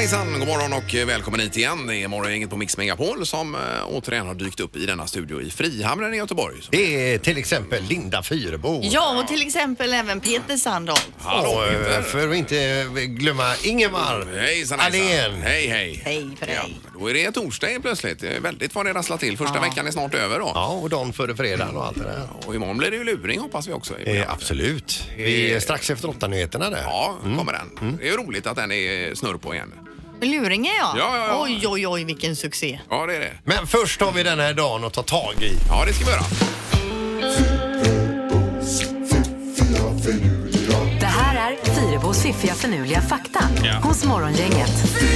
Hejsan, god morgon och välkommen hit igen. Det är morgongänget på Mix Megapol som återigen har dykt upp i denna studio i Frihamnen i Göteborg. Det är till exempel Linda Fyrebo. Ja, och till exempel även Peter Sandholm. Hallå, Peter. För att inte glömma Ingemar Hejsan, Ahlén. Hej, hej. Hej på dig. Ja, då är det torsdag plötsligt. Det är väldigt vad det rasslar till. Första veckan är snart över då. Ja, och dagen före fredagen och allt det där. Och imorgon blir det ju luring hoppas vi också. Absolut. Vi är strax efter 8-nyheterna där. Ja, kommer den. Det är ju roligt att den är snurr på igen. Luringen, ja. Ja. Oj, vilken succé. Ja, det är det. Men först har vi den här dagen att ta tag i. Ja, det ska vi göra. Det här är Fyrebos fiffiga förnuliga fakta hos Morgongänget.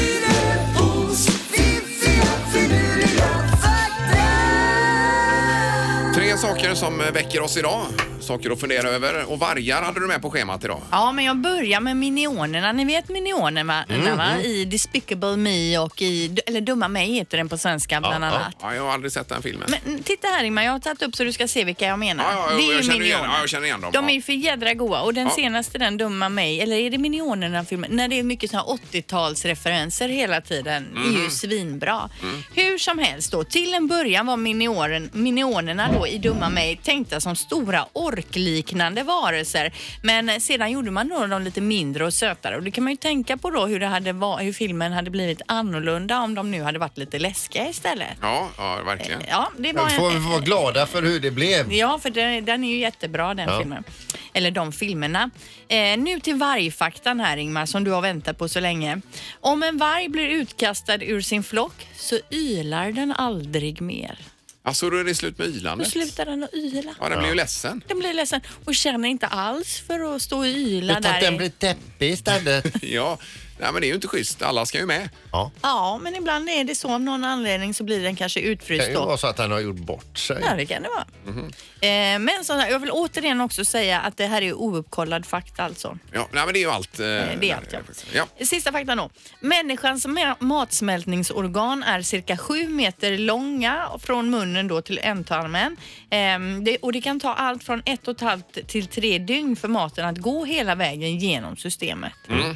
Tre saker som väcker oss idag. Saker att fundera över. Och vargar hade du med på schemat idag. Ja, men jag börjar med Minionerna. Ni vet Minionerna va? I Despicable Me och eller Dumma mig heter den på svenska bland annat. Ja, jag har aldrig sett den filmen. Men titta här Ingmar, jag har tagit upp så du ska se vilka jag menar. Ja, det är ju jag känner igen, Minionerna. jag känner igen dem. De är ju för jädra goa. Och den senaste, den Dumma mig, eller är det Minionerna-filmen? När det är mycket såna här 80-talsreferenser hela tiden, är ju svinbra. Hur som helst då, till en början var Minionerna då i Dumma mig tänkta som stora orkliknande varelser. Men sedan gjorde man då dem lite mindre och sötare. Och det kan man ju tänka på då hur filmen hade blivit annorlunda om de nu hade varit lite läskiga istället. Ja, verkligen. Ja, det var Får vi vara glada för hur det blev. Ja, för den är ju jättebra den filmen. Eller de filmerna. Nu till vargfaktan här Ingmar som du har väntat på så länge. Om en varg blir utkastad ur sin flock så ylar den aldrig mer. Alltså då är det slut med Då ylandet. slutar den att yla. Ja, den blir ju ledsen. Den blir ledsen och känner inte alls för att stå och yla Utan där. att den blir deppig istället. Ja, nej, men det är ju inte schysst. Alla ska ju med. Ja, men ibland är det så. Av någon anledning så blir den kanske Det utfryst kan ju då. vara så att han har gjort bort sig. Ja, det kan det vara. Men så här, jag vill återigen också säga att det här är ouppkollad fakta alltså. Ja, nej, men det är ju allt. Det är allt, ja. Sista fakta då. Människans matsmältningsorgan är cirka 7 meter långa från munnen då till ändtarmen. Och det kan ta allt från 1,5 till 3 dygn för maten att gå hela vägen genom systemet.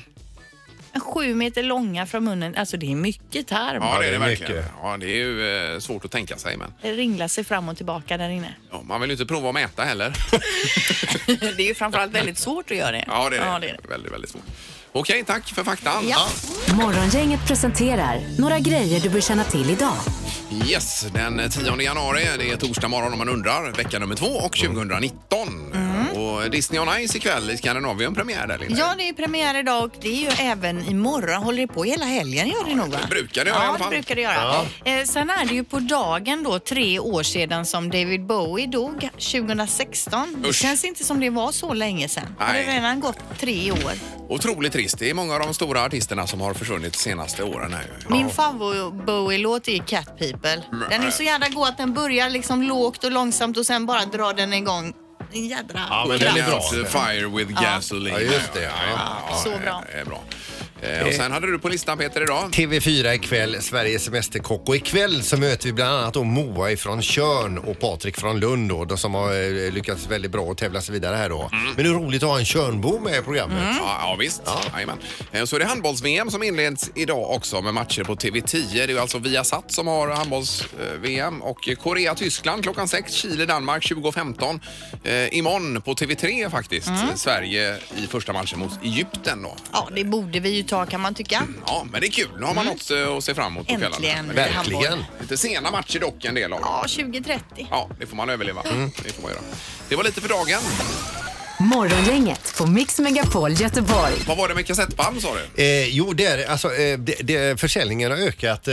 7 meter långa från munnen, alltså det är mycket tarm. Ja, det är det det är verkligen. mycket. Ja, det är ju svårt att tänka sig, men Det ringlar sig fram och tillbaka där inne. ja, man vill ju inte prova att mäta heller. Det är ju framförallt väldigt svårt att göra det. Ja, det är det. Ja, det är det. Väldigt, väldigt svårt. Okej, tack för faktan. Ja. Morgongänget presenterar några grejer du bör känna till idag. Yes, den 10 januari, det är torsdag morgon om man undrar, vecka nummer 2 och 2019. Och Disney on Ice ikväll i Skandinavien premiär där, Linda. Ja, det är premiär idag och det är ju även imorgon. Håller det på hela helgen gör det nog va? Det brukar det göra i alla Ja, fall. det brukar det göra. Sen är det ju på dagen då 3 år sedan som David Bowie dog 2016. Det Usch. känns inte som det var så länge sedan. Det har Nej. redan gått 3 år. Otroligt trist. Det är många av de stora artisterna som har försvunnit de senaste åren här. Min favorit-Bowie-låt är Cat People. Den är så jävla god att den börjar liksom lågt och långsamt och sen bara drar den igång. En jädra men den är bra. Fire with gasoline. Ja, just det. så bra. Det är bra. Och sen hade du på listan, Peter, idag. TV4 ikväll, Sveriges semesterkock. Och ikväll så möter vi bland annat då Moa ifrån Tjörn och Patrik från Lund då, de som har lyckats väldigt bra och tävla sig vidare här då. Men det är roligt att ha en Tjörnbo med i programmet. Ja, visst. Jajamän. Så är det handbolls-VM som inleds idag också med matcher på TV10. Det är ju alltså Viasat som har handbolls-VM och Korea-Tyskland klockan 6, Chile-Danmark 20:15. Imorgon på TV3 faktiskt. Sverige i första matchen mot Egypten då. Ja, det borde vi ju ta kan man tycka. Ja, men det är kul. Nu har man något att se fram emot på kvällen. Äntligen. Verkligen. Lite sena matcher dock en del av dem. Ja, 2030. Ja, det får man överleva. Det får man göra. Det var lite för dagen. Morgongänget på Mix Megapol Göteborg. Vad var det med kassettband, sa du? Jo, försäljningen har ökat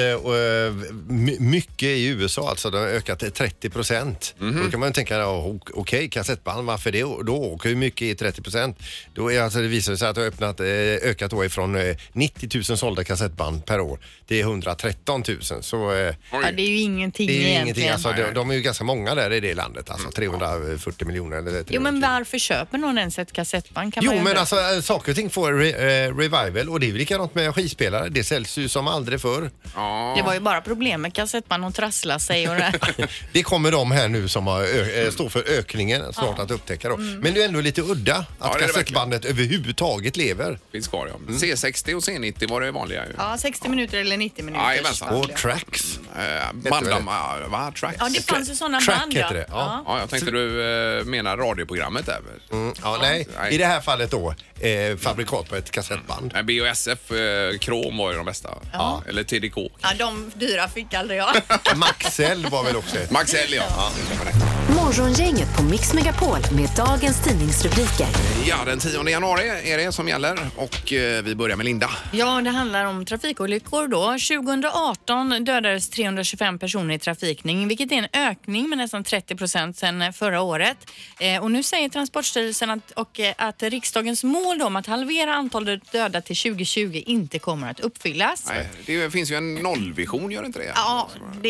mycket i USA. Alltså det har ökat 30%. Då kan man tänka, okej, kassettband, varför det? Då åker ju mycket i 30%. Då är alltså, det visar sig att det har ökat då ifrån 90 000 sålda kassettband per år. Det är 113 000. Så, Ja, det är ju ingenting det är ju egentligen. ingenting. Alltså, de är ju ganska många där i det landet. Alltså 340 miljoner. Eller Jo, men varför köper köper någon ens ett kassettband kan man Jo, ju men undra. alltså saker och ting får revival och det är väl likadant med skivspelare. Det säljs ju som aldrig förr. Ja. Det var ju bara problem med kassettband och trassla sig och det. Det kommer de här nu som har står för ökningen snart att upptäcka då. Men det är ändå lite udda att Ja, det är det kassettbandet överhuvudtaget lever. Finns kvar, ja. C60 och C90 var det vanliga ju. Ja, 60 minuter eller 90 minuter. Jajamensan. Och tracks. Tracks. Ja, det fanns ju sådana Track band. heter det, ja. Ja, jag tänkte du menar radioprogrammet där. Ja, nej. Nej. I det här fallet då fabrikat på ett kassettband. BOSF, Krom var ju de bästa. Eller TDK. Ja, de dyra fick aldrig jag. Maxell var väl också ett. Maxell, ja. Morgongänget på Mix Megapol med dagens tidningsrubriker. Ja, den 10 januari är det som gäller och vi börjar med Linda. Ja, det handlar om trafikolyckor då. 2018 dödades 325 personer i trafikning, vilket är en ökning med nästan 30% sedan förra året. Och nu säger Transportstyrelsen att riksdagens mål om att halvera antalet döda till 2020 inte kommer att uppfyllas. Nej, det finns ju en nollvision, gör det inte det? Ja,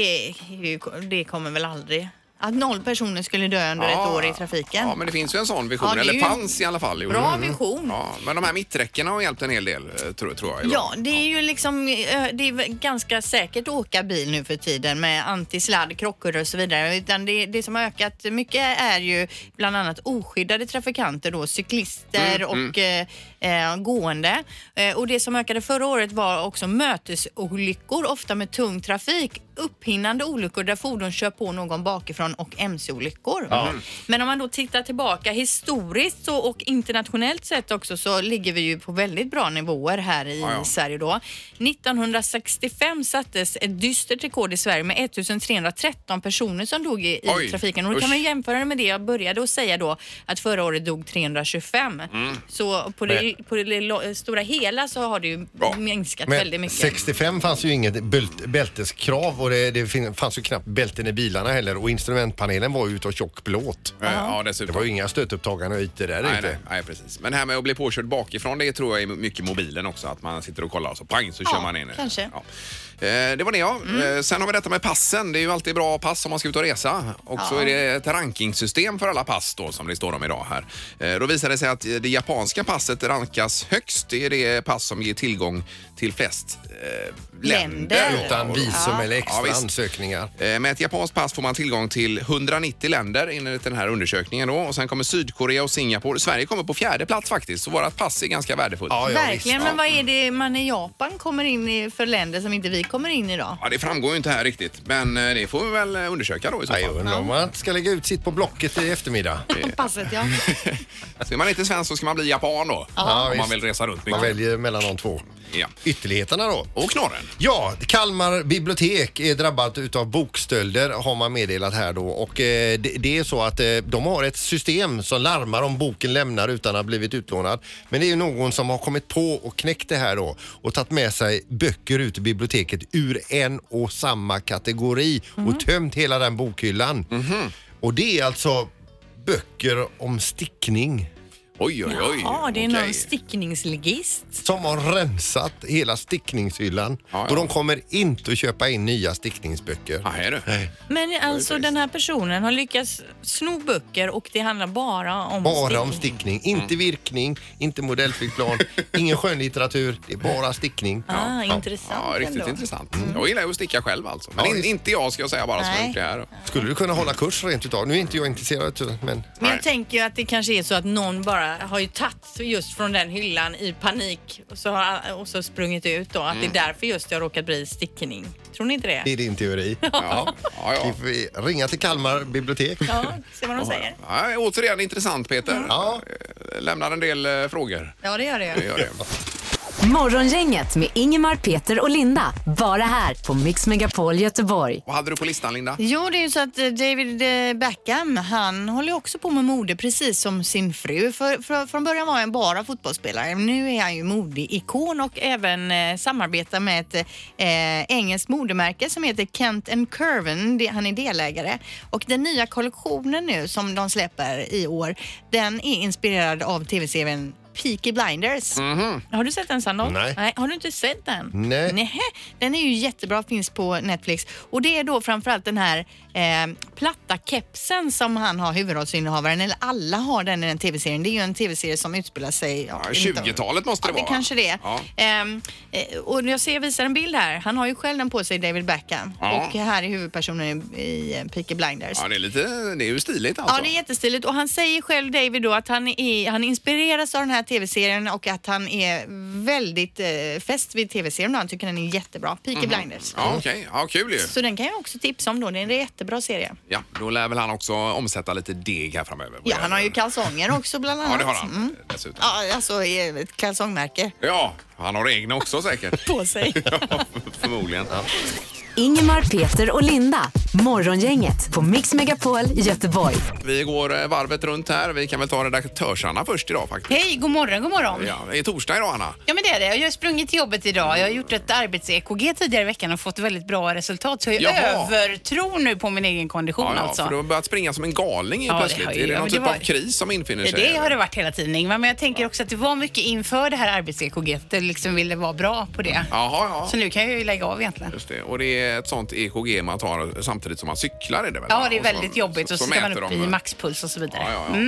det kommer väl aldrig. Att 0 personer skulle dö under ett år i trafiken. Ja, men det finns ju en sån vision. Ja, det är eller ju fanns i alla fall. Bra vision. Ja, men de här mitträckena har hjälpt en hel del, tror jag. Ja, det är ju liksom, det är ganska säkert att åka bil nu för tiden med antisladd, krockar och så vidare. Utan det som har ökat mycket är ju bland annat oskyddade trafikanter då, cyklister och gående. Och det som ökade förra året var också mötesolyckor, ofta med tung trafik. Upphinnande olyckor där fordon kör på någon bakifrån och MC-olyckor. Men om man då tittar tillbaka historiskt och internationellt sett också så ligger vi ju på väldigt bra nivåer här i Sverige då. 1965 sattes ett dystert rekord i Sverige med 1313 personer som dog i trafiken. Och då kan man jämföra det med det jag började att säga då att förra året dog 325. Så på det stora hela så har det ju minskat väldigt mycket. 65 fanns ju inget bälteskrav och det fanns ju knappt bälten i bilarna heller och instrumentpanelen var ju utav tjock plåt. Ja, dessutom. Det var ju inga stötupptagande ytor där. Nej, precis. Men det här med att bli påkörd bakifrån, det tror jag är mycket mobilen också. Att man sitter och kollar och så pang så kör man in. Kanske. Ja. Det var det, Sen har vi detta med passen. Det är ju alltid bra pass om man ska ut och resa. Och så är det ett rankingsystem för alla pass då, som det står om idag här. Då visar det sig att det japanska passet rankas högst. Det är det pass som ger tillgång till flest länder. Utan visum eller extra visst. ansökningar. Med ett japanskt pass får man tillgång till 190 länder enligt den här undersökningen då. Och sen kommer Sydkorea och Singapore. Sverige kommer på 4:e plats faktiskt. Så vårt pass är ganska värdefullt. Verkligen, men vad är det man i Japan kommer in i för länder som inte vi kommer in i då? Ja, det framgår ju inte här riktigt. Men det får vi väl undersöka då i så fall. Jag undrar om man ska lägga ut sitt på Blocket i eftermiddag. Passet, ja. Så är man inte svensk så ska man bli japan då. Om man vill resa runt mycket. Man väljer mellan de två. Ja. Ytterligheterna då. Och knorren. Ja, Kalmar bibliotek är drabbat utav bokstölder har man meddelat här då och det är så att de har ett system som larmar om boken lämnar utan att ha blivit utlånad. Men det är ju någon som har kommit på och knäckt det här då och tagit med sig böcker ut i biblioteket ur en och samma kategori och tömt hela den bokhyllan. Och det är alltså böcker om stickning. Oj. Ja, det är någon stickningsligist. Som har rensat hela stickningshyllan. Och de kommer inte att köpa in nya stickningsböcker. Är det? Nej. Men alltså den här personen har lyckats sno böcker och det handlar bara om stickning. Inte virkning, inte modellflygplan, ingen skönlitteratur. Det är bara stickning. Intressant. Ja, riktigt ändå. intressant. Jag gillar ju att sticka själv alltså. Men inte jag ska jag säga bara som har gjort det här. Skulle du kunna hålla kurs rent utav? Nu är inte jag intresserad men jag tänker ju att det kanske är så att någon bara har ju tagit just från den hyllan i panik och så sprungit ut då. Att det är därför just det har råkat bli stickning. Tror ni inte det? det är din teori. Ja. Vi får ringa till Kalmar bibliotek. Ja, se vad de säger. Ja, återigen intressant Peter. Ja. Lämnar en del frågor. Ja, det gör det. Det gör det. Morgongänget med Ingemar, Peter och Linda. Bara här på Mix Megapol Göteborg. Vad hade du på listan, Linda? Jo, det är ju så att David Beckham, han håller också på med mode precis som sin fru. Från början var han bara fotbollsspelare. Nu är han ju modeikon och även samarbetar med ett engelskt modemärke som heter Kent & Curven. Han är delägare. Och den nya kollektionen nu som de släpper i år, den är inspirerad av tv-serien Peaky Blinders. Har du sett den, Sandholt? Nej. Har du inte sett den? Nej. Den är ju jättebra, finns på Netflix. Och det är då framförallt den här platta kepsen som han har, huvudrollsinnehavaren, eller alla har den i den tv-serien. Det är ju en tv-serie som utspelar sig... 20-talet måste det vara. Det kanske det är. Ja. Och jag visar en bild här. Han har ju själv den på sig, David Beckham. Ja. Och här är huvudpersonen i Peaky Blinders. Ja, det är ju stiligt alltså. Ja, det är jättestiligt. Och han säger själv, David, då, att han inspireras av den här tv-serien och att han är väldigt fäst vid tv-serien. Han tycker den är jättebra. Peaky Blinders. Ja, okej. Ja, kul ju. Så den kan jag också tipsa om då. Det är en jättebra serie. Ja, då lär väl han också omsätta lite deg här framöver. Ja, han har ju kalsonger också bland annat. Ja, det har han dessutom. Ja, alltså ett kalsongmärke Ja, han har egna också säkert. på sig. Ja, förmodligen. Ja. Ingemar, Peter och Linda. Morgongänget på Mix Megapol Göteborg. Vi går varvet runt här. Vi kan väl ta redaktörs-Anna först idag faktiskt. Hej, god morgon. Ja, det är torsdag idag, Anna. Ja, men det är det. Jag har sprungit till jobbet idag. Jag har gjort ett arbets-EKG tidigare i veckan och fått väldigt bra resultat. Så jag övertror nu på min egen kondition alltså. För du har börjat springa som en galning plötsligt. Det är det någon typ av kris som infinner sig? Det har det varit hela tiden, Ingvar. Men jag tänker också att det var mycket inför det här arbets-EKG. Det liksom ville vara bra på det. Jaha. Så nu kan jag ju lägga av egentligen. Just det. Och det är ett sånt EKG man tar samtidigt som man cyklar, är det väl? Ja, det är väldigt jobbigt. Och så ska man upp i maxpuls och så vidare.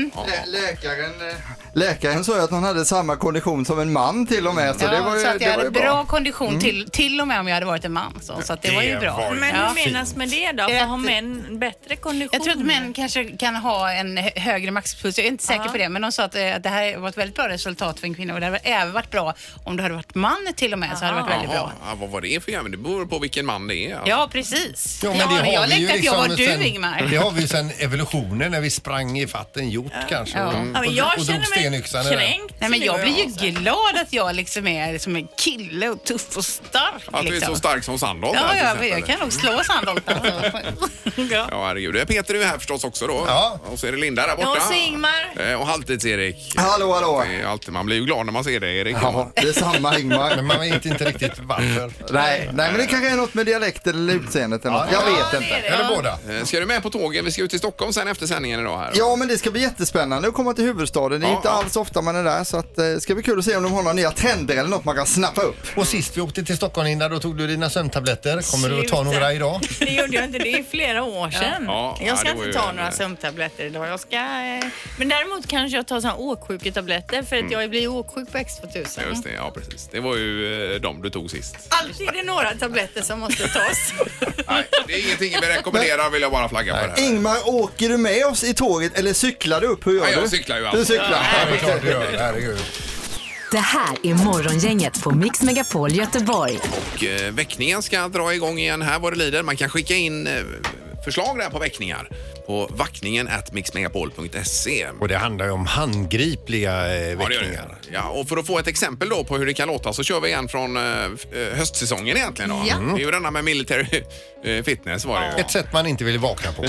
Läkaren sa ju att han hade samma kondition som en man till och med. Så det var ju, så att jag hade bra. bra kondition till och med om jag hade varit en man. Så att det var ju bra. Men hur menas med det då? För har män bättre kondition? Jag tror att män kanske kan ha en högre maxpuls. Jag är inte säker på det. Men de sa att det här var ett väldigt bra resultat för en kvinna. Och det hade även varit bra om du hade varit man till och med. Så hade det varit väldigt bra. Ja, vad var det för jävla? Det beror på vilken man det är. Alltså. Ja, precis. Ja, men det har jag vi ju längtar att jag var liksom du, Ingmar. Det har vi ju sen evolutionen när vi sprang i fatten gjort kanske. Ja. Och jag drog känner mig stenyxan i den. kränkt. Nej, men jag blir ju glad att jag liksom är som en kille och tuff och stark. Att du är så stark som Sandholt. Ja, jag kan nog slå Sandholt. Ja, herregud. Peter är ju här förstås också då. Ja. Och så är det Linda där borta. Och så Ingmar. Och Halvtids-Erik. Hallå. Det är alltid, man blir ju glad när man ser dig, Erik. Ja, det är samma Ingmar. Men man vet inte riktigt varför. Nej, men det kanske är något med dialekt eller utseendet eller något. Jag vet inte. Eller båda. Ska du med på tågen? Vi ska ut till Stockholm sen efter sändningen idag här. Ja, men det ska bli jättespännande att komma till huvudstaden. Det är inte alls ofta man är där, så att, det ska bli kul att se om de har några nya trender eller något man kan snappa upp. Och sist vi åkte till Stockholm, Linda, då tog du dina sömntabletter. Kommer du att ta några idag? Det gjorde jag inte, det är flera år sedan. Ja, jag ska det var inte ju ta några sömntabletter idag. Men däremot kanske jag tar såna åksjuketabletter för att jag blir åksjuk på X2000. Just det, ja precis. Det var ju de du tog sist. Alltid är det några tabletter som måste tas. Nej, det är ingenting vi rekommenderar, vill jag bara flagga för det här. Ingmar, åker du med oss i tåget eller cyklar du upp? Hur gör Ja, du? jag cyklar ju Du alltid. cyklar? Ja, det är klart du gör. Herregud. Det här är Morgongänget på Mix Megapol Göteborg. Och väckningen ska dra igång igen här vad det lider. Man kan skicka in förslag där på väckningar på vackningen@mixmegapol.se. Och det handlar ju om handgripliga Ja, det gör väckningar. det. Ja, och för att få ett exempel då på hur det kan låta så kör vi igen från höstsäsongen egentligen då. Ja. Det är ju denna med military fitness var det ju. Ett sätt man inte vill vakna på.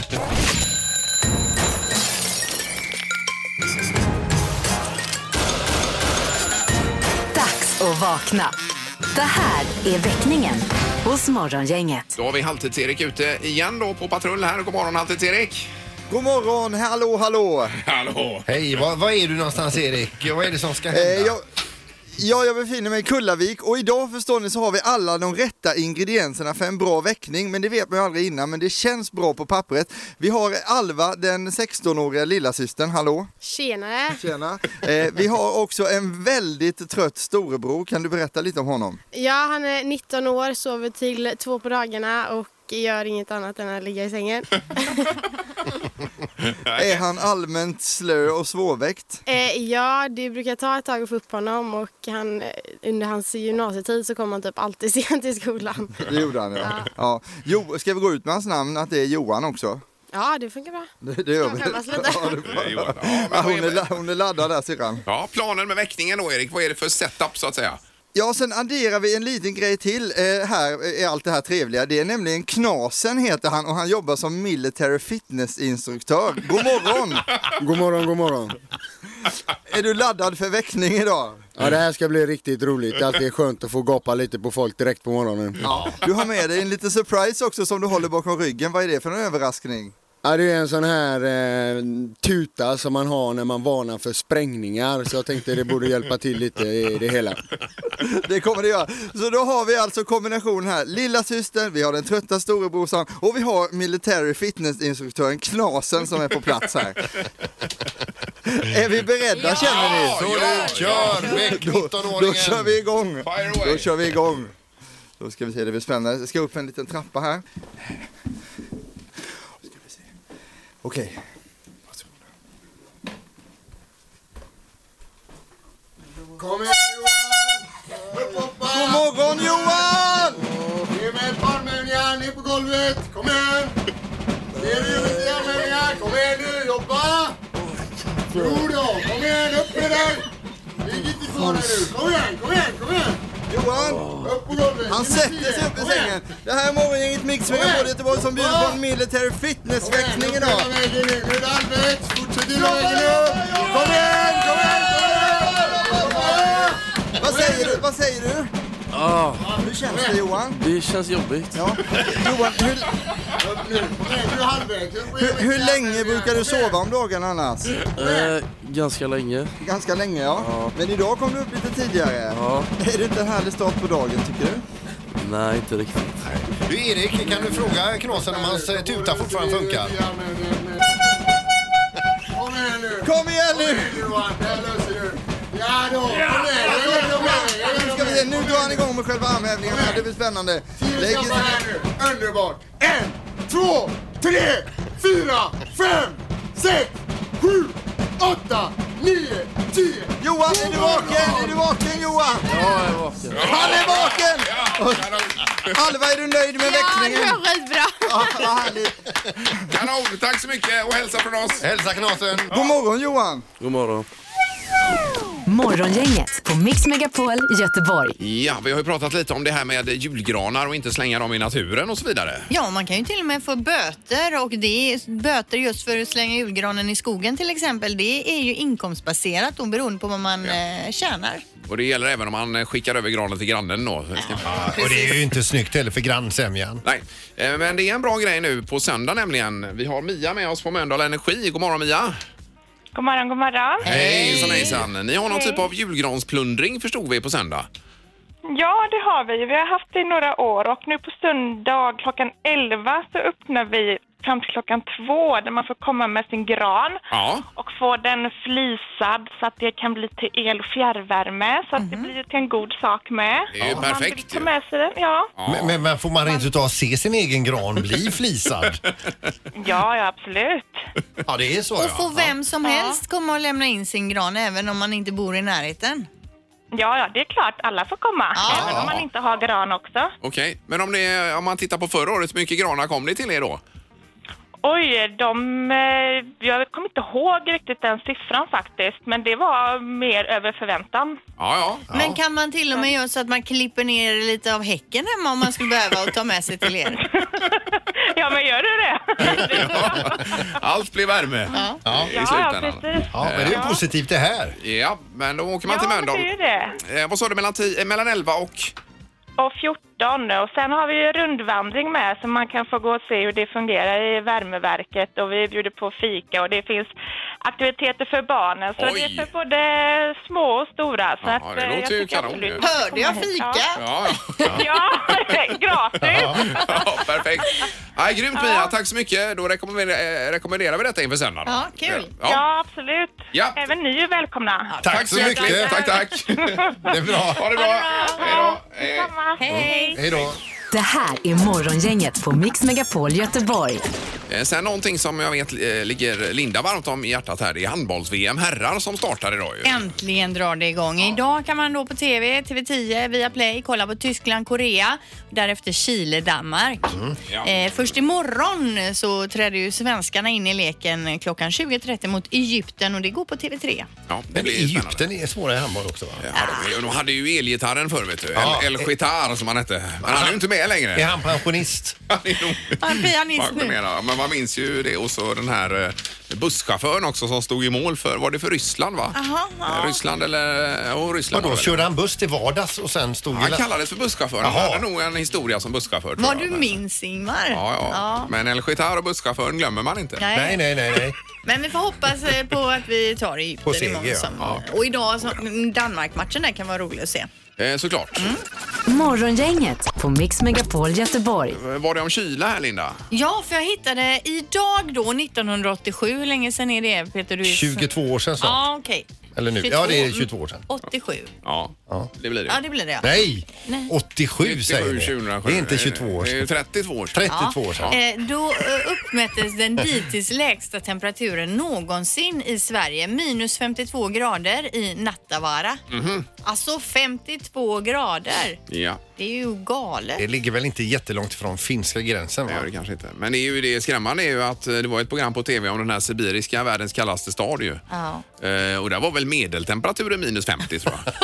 Dags att vakna. Det här är väckningen hos Morgongänget. Då har vi Halvtids-Erik ute igen då på patrull här. God morgon Halvtids-Erik. God morgon, hallå. Hallå. Hej, var är du någonstans, Erik? Vad är det som ska hända? Jag befinner mig i Kullavik och idag förstår ni så har vi alla de rätta ingredienserna för en bra väckning, men det vet man ju aldrig innan, men det känns bra på pappret. Vi har Alva, den 16-åriga lillasystern, hallå? Tjena. Vi har också en väldigt trött storebror, kan du berätta lite om honom? Ja, han är 19 år, sover till 2 på dagarna och gör inget annat än att ligga i sängen. Är han allmänt slö och svårväckt? Ja, det brukar ta ett tag att få upp honom och under hans gymnasietid så kom han typ alltid sent till skolan. Det gjorde han, ja. Jo, ska vi gå ut med hans namn att det är Johan också? Ja, det funkar bra. Det gör vi. skämmas lite. Hon är laddad där, syrran. Ja, planen med väckningen då Erik, vad är det för setup så att säga? Ja, sen adderar vi en liten grej till här är allt det här trevliga. Det är nämligen Knasen heter han och han jobbar som military fitness-instruktör. God morgon! God morgon. Är du laddad för väckning idag? Ja, det här ska bli riktigt roligt. Det är alltid skönt att få gapa lite på folk direkt på morgonen. Ja. Du har med dig en liten surprise också som du håller bakom ryggen. Vad är det för en överraskning? Ja, det är en sån här tuta som man har när man varnar för sprängningar. Så jag tänkte det borde hjälpa till lite i det hela. Det kommer det göra. Så då har vi alltså kombinationen här. Lilla syster, vi har den trötta storebrorsan och vi har military fitnessinstruktören Knasen som är på plats här. Är vi beredda känner ni? Så du kör, väck 19-åringen. Då kör vi igång. Fire away. Då kör vi igång. Då ska vi se, det blir spännande. Jag ska upp en liten trappa här. Okej. Kom igen Johan! God morgon Johan! Ge mig ett par armhävningar ner på golvet. Kom igen! Ner i huvudet i armhävningar. Kom igen nu, jobba! Jo då, kom igen, upp med dig! Ligg inte kvar här nu. Kom igen! Johan, Upp på golvet! han sätter sig upp i sängen. Det här är morgongänget Mix Megapol Göteborg som bjuder på en military fitness-väckning idag. Nu är det halvvägs. Fortsätt hela vägen upp. Kom igen! Vad säger du? Hur känns det Johan? Det känns jobbigt. Ja. Johan, hur länge brukar du sova om dagarna annars? Ganska länge. Ganska länge ja. Men idag kom du upp lite tidigare. Ja. Är det inte en härlig start på dagen tycker du? Nej, inte riktigt. Du Erik, kan du fråga Knasen om hans tuta fortfarande funkar? Kom igen nu! Johan, det här löser du. Ja då, kom igen. Ska vi se, nu drar han igång med själva armhävningarna. Det blir spännande. Lägg här nu. Underbart. 1, 2, 3, 4, 5, 6, 7, 8, 9, 10. Johan, är du vaken Johan? Ja, jag är vaken. Han är vaken! Alva, är du nöjd med väckningen? Ja, det var skitbra. Ja, vad härligt. Kanon, tack så mycket och hälsa från oss. Hälsa Knasen. God morgon Johan. God morgon. Morgongänget på Mix Megapol Göteborg. Ja, vi har ju pratat lite om det här med julgranar och inte slänga dem i naturen och så vidare. Ja, man kan ju till och med få böter och det är böter just för att slänga julgranen i skogen till exempel. Det är ju inkomstbaserat och beroende på vad man tjänar. Och det gäller även om man skickar över granen till grannen då. Och det är ju inte snyggt heller för grannsämjan. Nej, men det är en bra grej nu på söndag nämligen. Vi har Mia med oss på Mölndal Energi. God morgon Mia. God morgon. Hejsan. Ni har någon typ av julgransplundring förstod vi på söndag. Ja, det har vi. Vi har haft det i några år och nu på söndag klockan 11 så öppnar vi fram till klockan 2 där man får komma med sin gran och få den flisad så att det kan bli till el- och fjärrvärme så att det blir till en god sak med. Det är ju perfekt. Ta med sig den, ja. Men får man inte utav se sin egen gran bli flisad? Ja, absolut. Ja, det är så. Och får vem som helst komma och lämna in sin gran även om man inte bor i närheten? Ja, det är klart. Alla får komma. Även om man inte har gran också. Okej, men om man tittar på förra året, hur mycket granar kom det till er då? Oj, jag kommer inte ihåg riktigt den siffran faktiskt, men det var mer över förväntan. Ja. Men kan man till och med göra så att man klipper ner lite av häcken hemma om man skulle behöva och ta med sig till er? Ja, men gör du det? Allt blir värme i slutändan. Precis. Ja, men det är ju positivt det här. Ja, men då åker man till Mölndal. Ja, det är det. Vad sa du, mellan 11 och 14 och sen har vi ju rundvandring med så man kan få gå och se hur det fungerar i värmeverket och vi bjuder på fika och det finns aktiviteter för barnen så det är för både små och stora. Så att, det låter ju kanon. Hörde jag fika? Ja, gratis. Ja, perfekt. Ja, grymt Mia, tack så mycket. Då rekommenderar vi detta inför söndagen. Ja, kul. Ja, absolut. Ja. Även ni är välkomna. Tack så mycket. Tack. Det är bra. Ha det bra. Hej då. Hej då. Det här är Morgongänget på Mix Megapol Göteborg. Sen någonting som jag vet ligger Linda varmt om i hjärtat här, det är handbolls-VM herrar som startar idag ju. Äntligen drar det igång. Idag kan man då på TV10 via Play kolla på Tyskland, Korea, därefter Chile, Danmark. Först imorgon så träder ju svenskarna in i leken klockan 20:30 mot Egypten och det går på TV3. Ja, det Men blir Egypten är svåra i handboll också va? Ja, de hade ju elgitarren förr vet du. El Chitar som han hette. Men han är ju inte med längre. Är han pensionist? Han är pianist nu. Men man minns ju det. Och så den här busschauffören också som stod i mål för, var det för Ryssland va? Aha, ja. Ryssland eller... Ryssland. Vadå, körde han buss till vardags och sen stod... Han kallades för busschaufför. Han hade nog en historia som busschaufför. Vad du minns, Ingmar. Ja. Men El Chitar och busschauffören glömmer man inte. Nej. Men vi får hoppas på att vi tar Egypten imorgon. Och idag, Danmark-matchen där kan vara rolig att se. Såklart. Morgongänget på Mix Megapol Göteborg. Var det om kyla här, Linda? Ja, för jag hittade idag då 1987. Hur länge sedan är det, Peter? 22 år sedan så. Ja, okej. Eller nu. 22. Ja, det är 22 år sedan. 87. Ja, det blir det. Ja, det blir det. Ja. Nej, 87 säger det. 2007. Det är inte 22 år sedan. Det är 32 år sedan. 32 år sedan. Då uppmättes den dittills lägsta temperaturen någonsin i Sverige. Minus 52 grader i Nattavaara. Alltså 52 grader. Ja. Det är ju galet. Det ligger väl inte jättelångt från finska gränsen, va? Nej, det kanske inte. Men det är ju det skrämmande är ju att det var ett program på tv om den här sibiriska världens kallaste stad ju. Ja. Och där var väl medeltemperaturen minus 50 tror jag.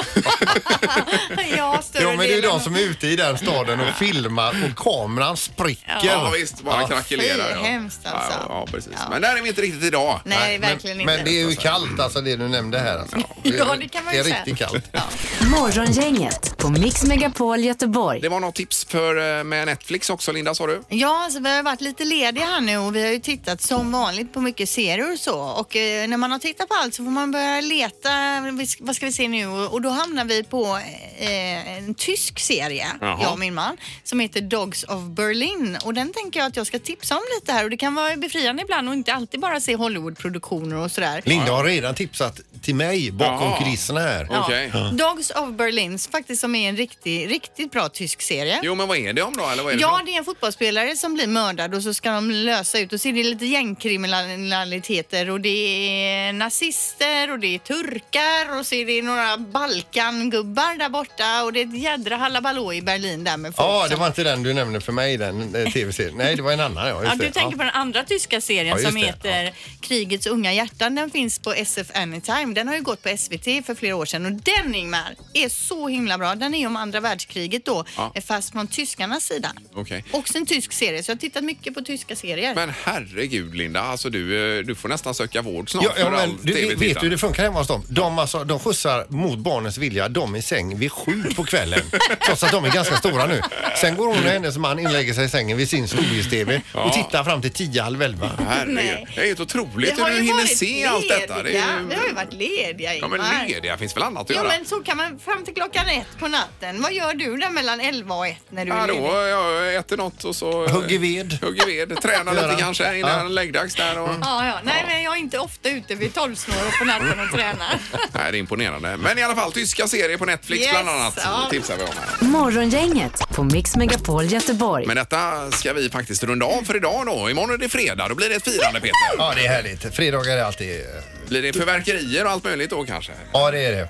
Ja, men det är ju de som är ute i den staden och filmar och kameran spricker. Ja, visst. Bara krackelerar. Fy, hemskt alltså. Ja, precis. Ja. Men där är vi inte riktigt idag. Nej, verkligen inte. Men det är ju kallt, alltså det du nämnde här. Alltså. Ja, det kan man ju säga. Det är säga. riktigt kallt. Morgongänget på Mix Megapol Göteborg. Det var något tips med Netflix också, Linda, sa du? Ja, alltså, vi har varit lite lediga här nu och vi har ju tittat som vanligt på mycket serier och så. Och när man har tittat på allt så får man börja leta, vad ska vi se nu? Och då hamnar vi på en tysk serie, jag och min man, som heter Dogs of Berlin. Och den tänker jag att jag ska tipsa om lite här. Och det kan vara befriande ibland och inte alltid bara se Hollywood-produktioner och sådär. Linda har redan tipsat till mig bakom kulisserna här. Ja. Okay. Dogs of Berlin, faktiskt som är en riktigt bra tysk serie. Jo, men vad är det om då? Eller vad är det det är en fotbollsspelare som blir mördad och så ska de lösa ut. Och så är det lite gängkriminaliteter och det är nazister och det är turkar och så är det några Balkangubbar där borta och det är ett jädra halabalå i Berlin där med folk. Ja, det var inte den du nämnde för mig, den tv-serien. Nej, det var en annan. Ja, du tänker på den andra tyska serien som heter Krigets unga hjärtan. Den finns på SF Anytime. Den har ju gått på SVT för flera år sedan och den, Ingmar, är så himla bra. Den är om andra världskriget då, fast från tyskarnas sida. Okay. Också en tysk serie, så jag har tittat mycket på tyska serier. Men herregud, Linda, alltså du får nästan söka vård snart. Ja, men du vet du hur det funkar hemma hos dem? De skjutsar mot barnens vilja, de är i säng vid 7 på kvällen. Trots att de är ganska stora nu. Sen går hon och hennes man inlägger sig i sängen vid sin storbilds-tv och tittar fram till 10:30. Herregud, det är helt otroligt hur du hinner se allt detta. Vi har ju varit lediga, Ingmar. Ja, men lediga finns väl annat att göra? Ja, men så kan man fram till klockan 1 på natten. Vad gör du där mellan 11 och 1 när du är ledig? Jag äter något och så... Hugger ved. Tränar lite kanske innan läggdags där. Och... Ja. Nej, men jag är inte ofta ute vid 12-snåret på natten och tränar. Nej, det är imponerande. Men i alla fall, tyska serier på Netflix bland annat tipsar vi om här. Morgongänget på Mix Megapol Göteborg. Men detta ska vi faktiskt runda av för idag då. Imorgon är det fredag, då blir det ett firande, Peter. Ja, det är härligt. Fredagar är alltid... Blir det förverkerier och allt möjligt då kanske? Ja, det är det.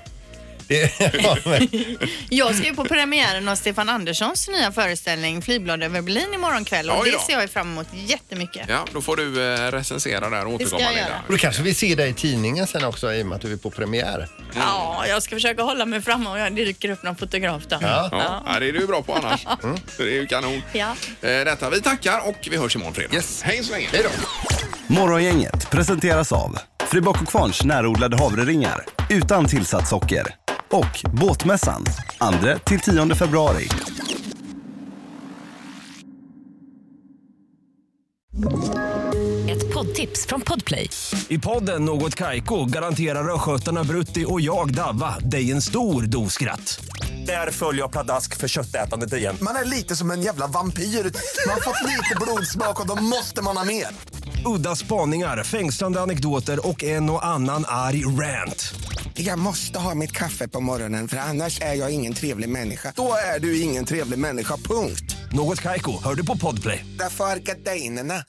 Jag ska ju på premiären av Stefan Anderssons nya föreställning Flygblad över Berlin imorgon kväll och det ser jag fram emot jättemycket. Ja, då får du recensera där och återkomma lite. Och då kanske vi ser dig i tidningen sen också i och med att du är på premiär. Ja, jag ska försöka hålla mig framme och jag dyker upp någon fotograf då. Ja, det är du bra på annars. Det är ju kanon. Ja. Detta, vi tackar och vi hörs imorgon fredag. Yes. Hej så länge. Hej då. Morgongänget presenteras av Fribock och Kvarns närodlade havreringar utan tillsatt socker och Båtmässan 2-10 februari. Ett poddtips från Podplay. I podden Något Kaiko garanterar skötarna Brutti och jag Davva dig en stor doskratt. Där följer jag pladask för köttätandet igen. Man är lite som en jävla vampyr. Man har fått lite blodsmak och då måste man ha mer. Udda spaningar, fängslande anekdoter och en och annan arg rant. Jag måste ha mitt kaffe på morgonen för annars är jag ingen trevlig människa. Då är du ingen trevlig människa, punkt. Något Kaiko, hör du på Podplay. Därför är gardinerna.